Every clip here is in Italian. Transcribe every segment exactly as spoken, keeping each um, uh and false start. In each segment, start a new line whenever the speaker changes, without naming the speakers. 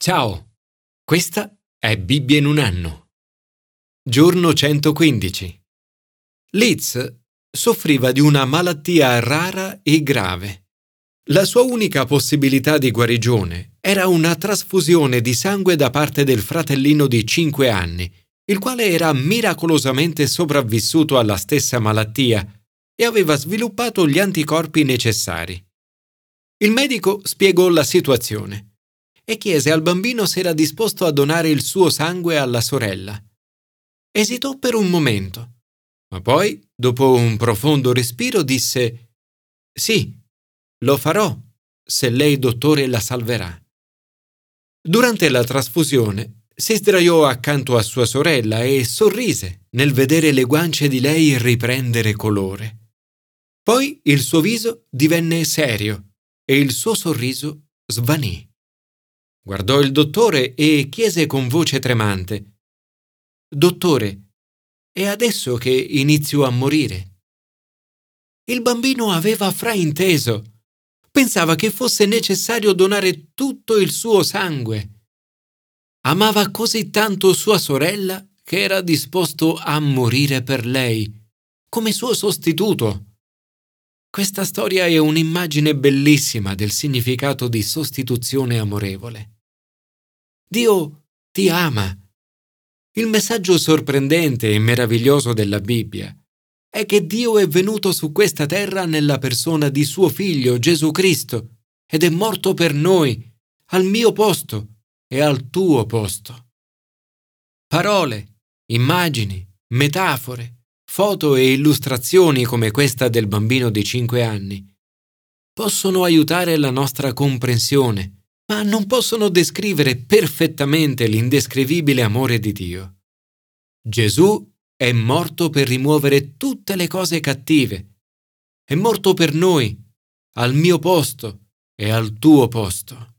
Ciao, questa è Bibbia in un anno. Giorno centoquindici. Liz soffriva di una malattia rara e grave. La sua unica possibilità di guarigione era una trasfusione di sangue da parte del fratellino di cinque anni, il quale era miracolosamente sopravvissuto alla stessa malattia e aveva sviluppato gli anticorpi necessari. Il medico spiegò la situazione e chiese al bambino se era disposto a donare il suo sangue alla sorella. Esitò per un momento, ma poi, dopo un profondo respiro, disse: «Sì, lo farò, se lei, dottore, la salverà». Durante la trasfusione si sdraiò accanto a sua sorella e sorrise nel vedere le guance di lei riprendere colore. Poi il suo viso divenne serio e il suo sorriso svanì. Guardò il dottore e chiese con voce tremante: «Dottore, è adesso che inizio a morire?» Il bambino aveva frainteso. Pensava che fosse necessario donare tutto il suo sangue. Amava così tanto sua sorella che era disposto a morire per lei, come suo sostituto. Questa storia è un'immagine bellissima del significato di sostituzione amorevole. Dio ti ama. Il messaggio sorprendente e meraviglioso della Bibbia è che Dio è venuto su questa terra nella persona di suo Figlio Gesù Cristo ed è morto per noi, al mio posto e al tuo posto. Parole, immagini, metafore, foto e illustrazioni come questa del bambino di cinque anni possono aiutare la nostra comprensione, ma non possono descrivere perfettamente l'indescrivibile amore di Dio. Gesù è morto per rimuovere tutte le cose cattive. È morto per noi, al mio posto e al tuo posto.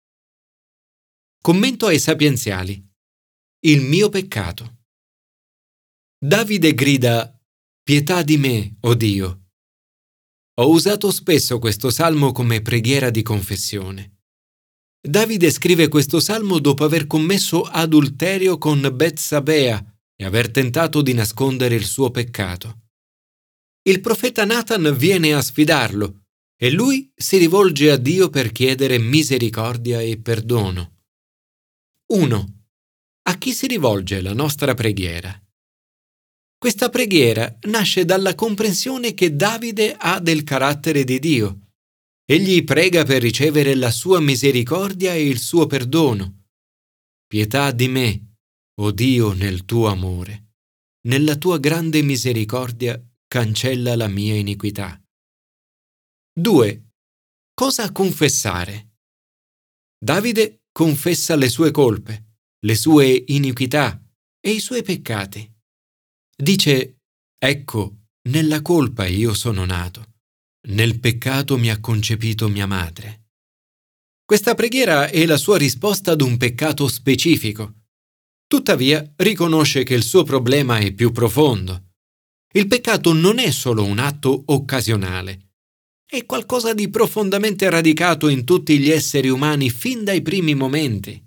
Commento ai sapienziali. Il mio peccato. Davide grida: «Pietà di me, o Dio». Ho usato spesso questo salmo come preghiera di confessione. Davide scrive questo salmo dopo aver commesso adulterio con Betsabea e aver tentato di nascondere il suo peccato. Il profeta Nathan viene a sfidarlo e lui si rivolge a Dio per chiedere misericordia e perdono. uno. A chi si rivolge la nostra preghiera? Questa preghiera nasce dalla comprensione che Davide ha del carattere di Dio. Egli prega per ricevere la sua misericordia e il suo perdono. Pietà di me, o Dio, nel tuo amore. Nella tua grande misericordia cancella la mia iniquità. due. Cosa confessare? Davide confessa le sue colpe, le sue iniquità e i suoi peccati. Dice: «Ecco, nella colpa io sono nato. Nel peccato mi ha concepito mia madre». Questa preghiera è la sua risposta ad un peccato specifico. Tuttavia, riconosce che il suo problema è più profondo. Il peccato non è solo un atto occasionale. È qualcosa di profondamente radicato in tutti gli esseri umani fin dai primi momenti.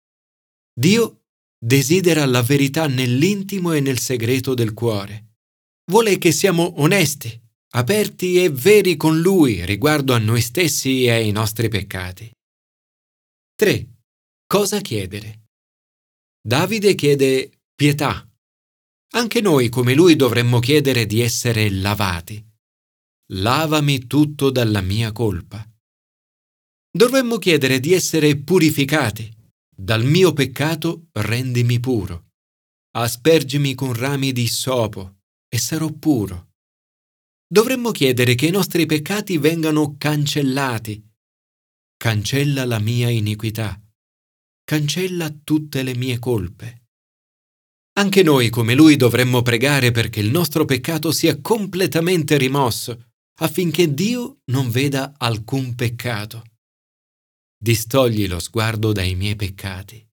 Dio desidera la verità nell'intimo e nel segreto del cuore. Vuole che siamo onesti, aperti e veri con Lui riguardo a noi stessi e ai nostri peccati. tre. Cosa chiedere? Davide chiede pietà. Anche noi, come lui, dovremmo chiedere di essere lavati. Lavami tutto dalla mia colpa. Dovremmo chiedere di essere purificati. Dal mio peccato rendimi puro. Aspergimi con rami di issopo e sarò puro. Dovremmo chiedere che i nostri peccati vengano cancellati. Cancella la mia iniquità. Cancella tutte le mie colpe. Anche noi, come lui, dovremmo pregare perché il nostro peccato sia completamente rimosso, affinché Dio non veda alcun peccato. Distogli lo sguardo dai miei peccati.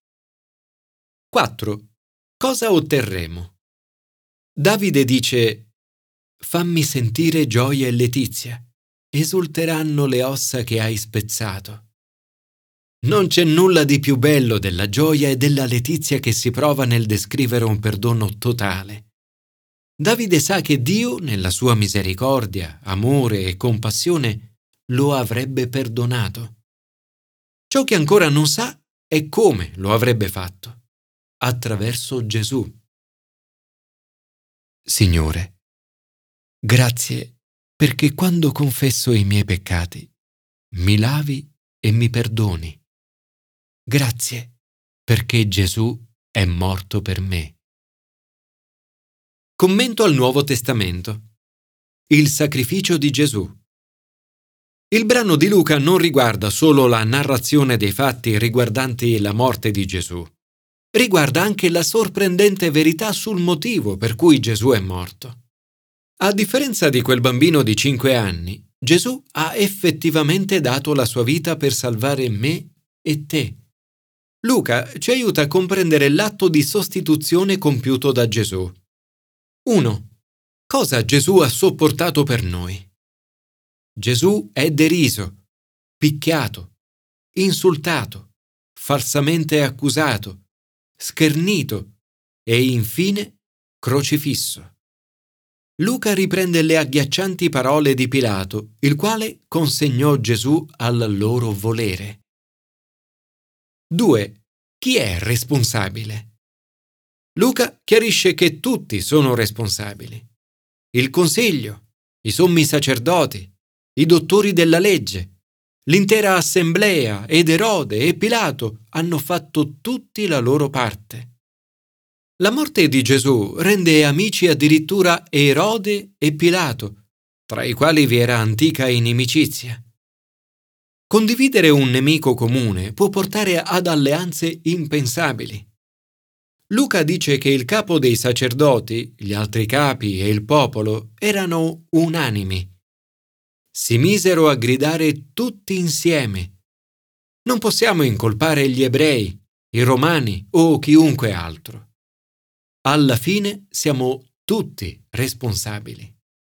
quattro. Cosa otterremo? Davide dice: «Fammi sentire gioia e letizia, esulteranno le ossa che hai spezzato». Non c'è nulla di più bello della gioia e della letizia che si prova nel descrivere un perdono totale. Davide sa che Dio, nella sua misericordia, amore e compassione, lo avrebbe perdonato. Ciò che ancora non sa è come lo avrebbe fatto. Attraverso Gesù. Signore, grazie perché quando confesso i miei peccati, mi lavi e mi perdoni. Grazie perché Gesù è morto per me. Commento al Nuovo Testamento. Il sacrificio di Gesù. Il brano di Luca non riguarda solo la narrazione dei fatti riguardanti la morte di Gesù. Riguarda anche la sorprendente verità sul motivo per cui Gesù è morto. A differenza di quel bambino di cinque anni, Gesù ha effettivamente dato la sua vita per salvare me e te. Luca ci aiuta a comprendere l'atto di sostituzione compiuto da Gesù. uno. Cosa Gesù ha sopportato per noi? Gesù è deriso, picchiato, insultato, falsamente accusato, schernito e infine crocifisso. Luca riprende le agghiaccianti parole di Pilato, il quale consegnò Gesù al loro volere. due. Chi è responsabile? Luca chiarisce che tutti sono responsabili. Il consiglio, i sommi sacerdoti, i dottori della legge, l'intera assemblea ed Erode e Pilato hanno fatto tutti la loro parte. La morte di Gesù rende amici addirittura Erode e Pilato, tra i quali vi era antica inimicizia. Condividere un nemico comune può portare ad alleanze impensabili. Luca dice che il capo dei sacerdoti, gli altri capi e il popolo erano unanimi. Si misero a gridare tutti insieme. Non possiamo incolpare gli ebrei, i romani o chiunque altro. Alla fine siamo tutti responsabili.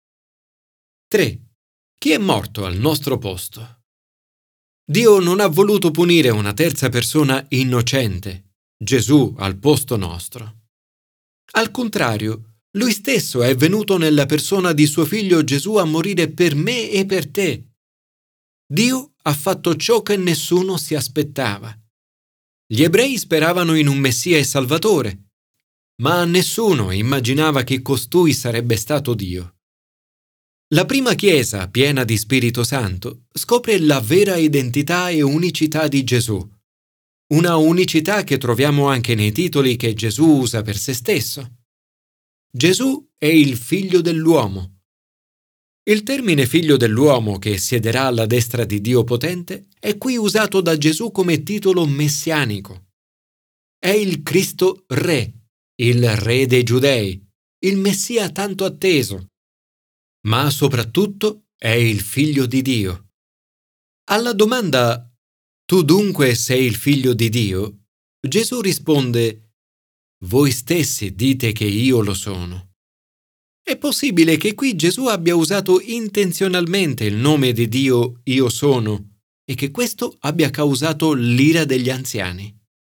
tre. Chi è morto al nostro posto? Dio non ha voluto punire una terza persona innocente, Gesù al posto nostro. Al contrario, Lui stesso è venuto nella persona di suo figlio Gesù a morire per me e per te. Dio ha fatto ciò che nessuno si aspettava. Gli ebrei speravano in un Messia e Salvatore, ma nessuno immaginava che costui sarebbe stato Dio. La prima Chiesa, piena di Spirito Santo, scopre la vera identità e unicità di Gesù. Una unicità che troviamo anche nei titoli che Gesù usa per se stesso. Gesù è il Figlio dell'uomo. Il termine Figlio dell'uomo che siederà alla destra di Dio Potente è qui usato da Gesù come titolo messianico. È il Cristo Re, il Re dei Giudei, il Messia tanto atteso. Ma soprattutto è il Figlio di Dio. Alla domanda «Tu dunque sei il Figlio di Dio?» Gesù risponde «Voi stessi dite che io lo sono». È possibile che qui Gesù abbia usato intenzionalmente il nome di Dio Io sono e che questo abbia causato l'ira degli anziani.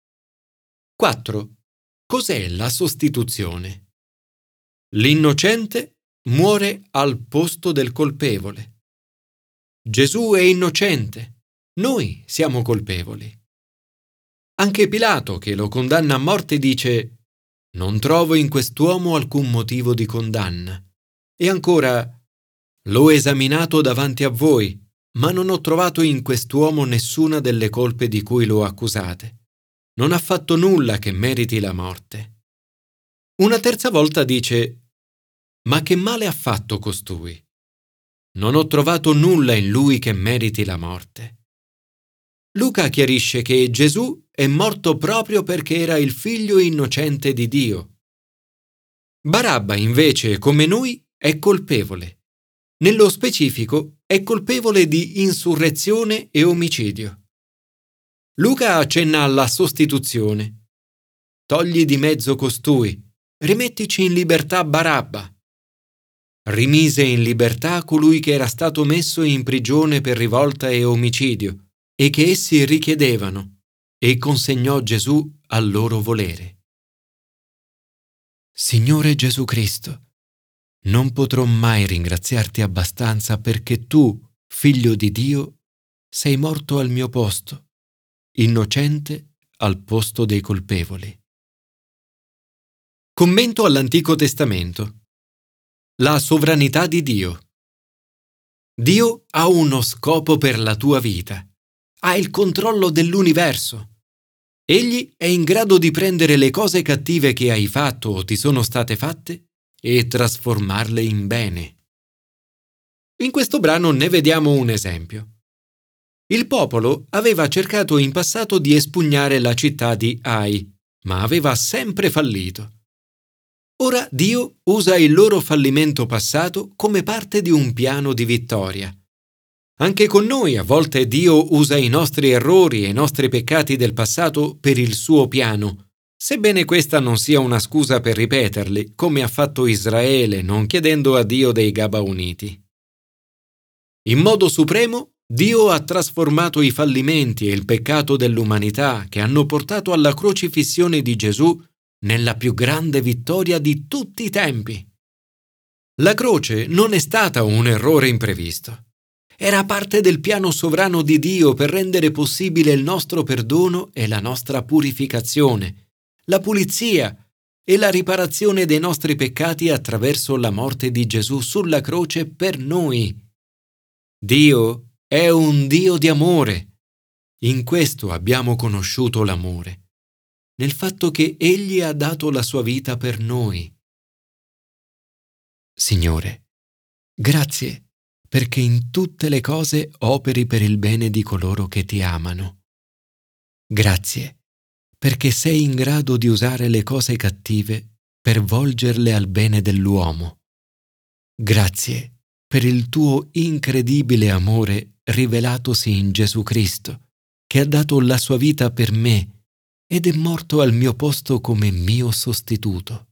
quattro. Cos'è la sostituzione? L'innocente muore al posto del colpevole. Gesù è innocente, noi siamo colpevoli. Anche Pilato, che lo condanna a morte, dice: «Non trovo in quest'uomo alcun motivo di condanna». E ancora: «L'ho esaminato davanti a voi, ma non ho trovato in quest'uomo nessuna delle colpe di cui lo accusate. Non ha fatto nulla che meriti la morte». Una terza volta dice: «Ma che male ha fatto costui? Non ho trovato nulla in lui che meriti la morte». Luca chiarisce che Gesù è morto proprio perché era il figlio innocente di Dio. Barabba, invece, come noi, è colpevole. Nello specifico, è colpevole di insurrezione e omicidio. Luca accenna alla sostituzione. Togli di mezzo costui, rimettici in libertà Barabba. Rimise in libertà colui che era stato messo in prigione per rivolta e omicidio e che essi richiedevano, e consegnò Gesù al loro volere. Signore Gesù Cristo, non potrò mai ringraziarti abbastanza perché tu, Figlio di Dio, sei morto al mio posto, innocente al posto dei colpevoli. Commento all'Antico Testamento. La sovranità di Dio. Dio ha uno scopo per la tua vita. Ha il controllo dell'universo. Egli è in grado di prendere le cose cattive che hai fatto o ti sono state fatte e trasformarle in bene. In questo brano ne vediamo un esempio. Il popolo aveva cercato in passato di espugnare la città di Ai, ma aveva sempre fallito. Ora Dio usa il loro fallimento passato come parte di un piano di vittoria. Anche con noi a volte Dio usa i nostri errori e i nostri peccati del passato per il suo piano, sebbene questa non sia una scusa per ripeterli, come ha fatto Israele non chiedendo a Dio dei Gabaoniti. In modo supremo, Dio ha trasformato i fallimenti e il peccato dell'umanità che hanno portato alla crocifissione di Gesù nella più grande vittoria di tutti i tempi. La croce non è stata un errore imprevisto. Era parte del piano sovrano di Dio per rendere possibile il nostro perdono e la nostra purificazione, la pulizia e la riparazione dei nostri peccati attraverso la morte di Gesù sulla croce per noi. Dio è un Dio di amore. In questo abbiamo conosciuto l'amore, nel fatto che Egli ha dato la sua vita per noi. Signore, grazie perché in tutte le cose operi per il bene di coloro che ti amano. Grazie perché sei in grado di usare le cose cattive per volgerle al bene dell'uomo. Grazie per il tuo incredibile amore rivelatosi in Gesù Cristo, che ha dato la sua vita per me ed è morto al mio posto come mio sostituto.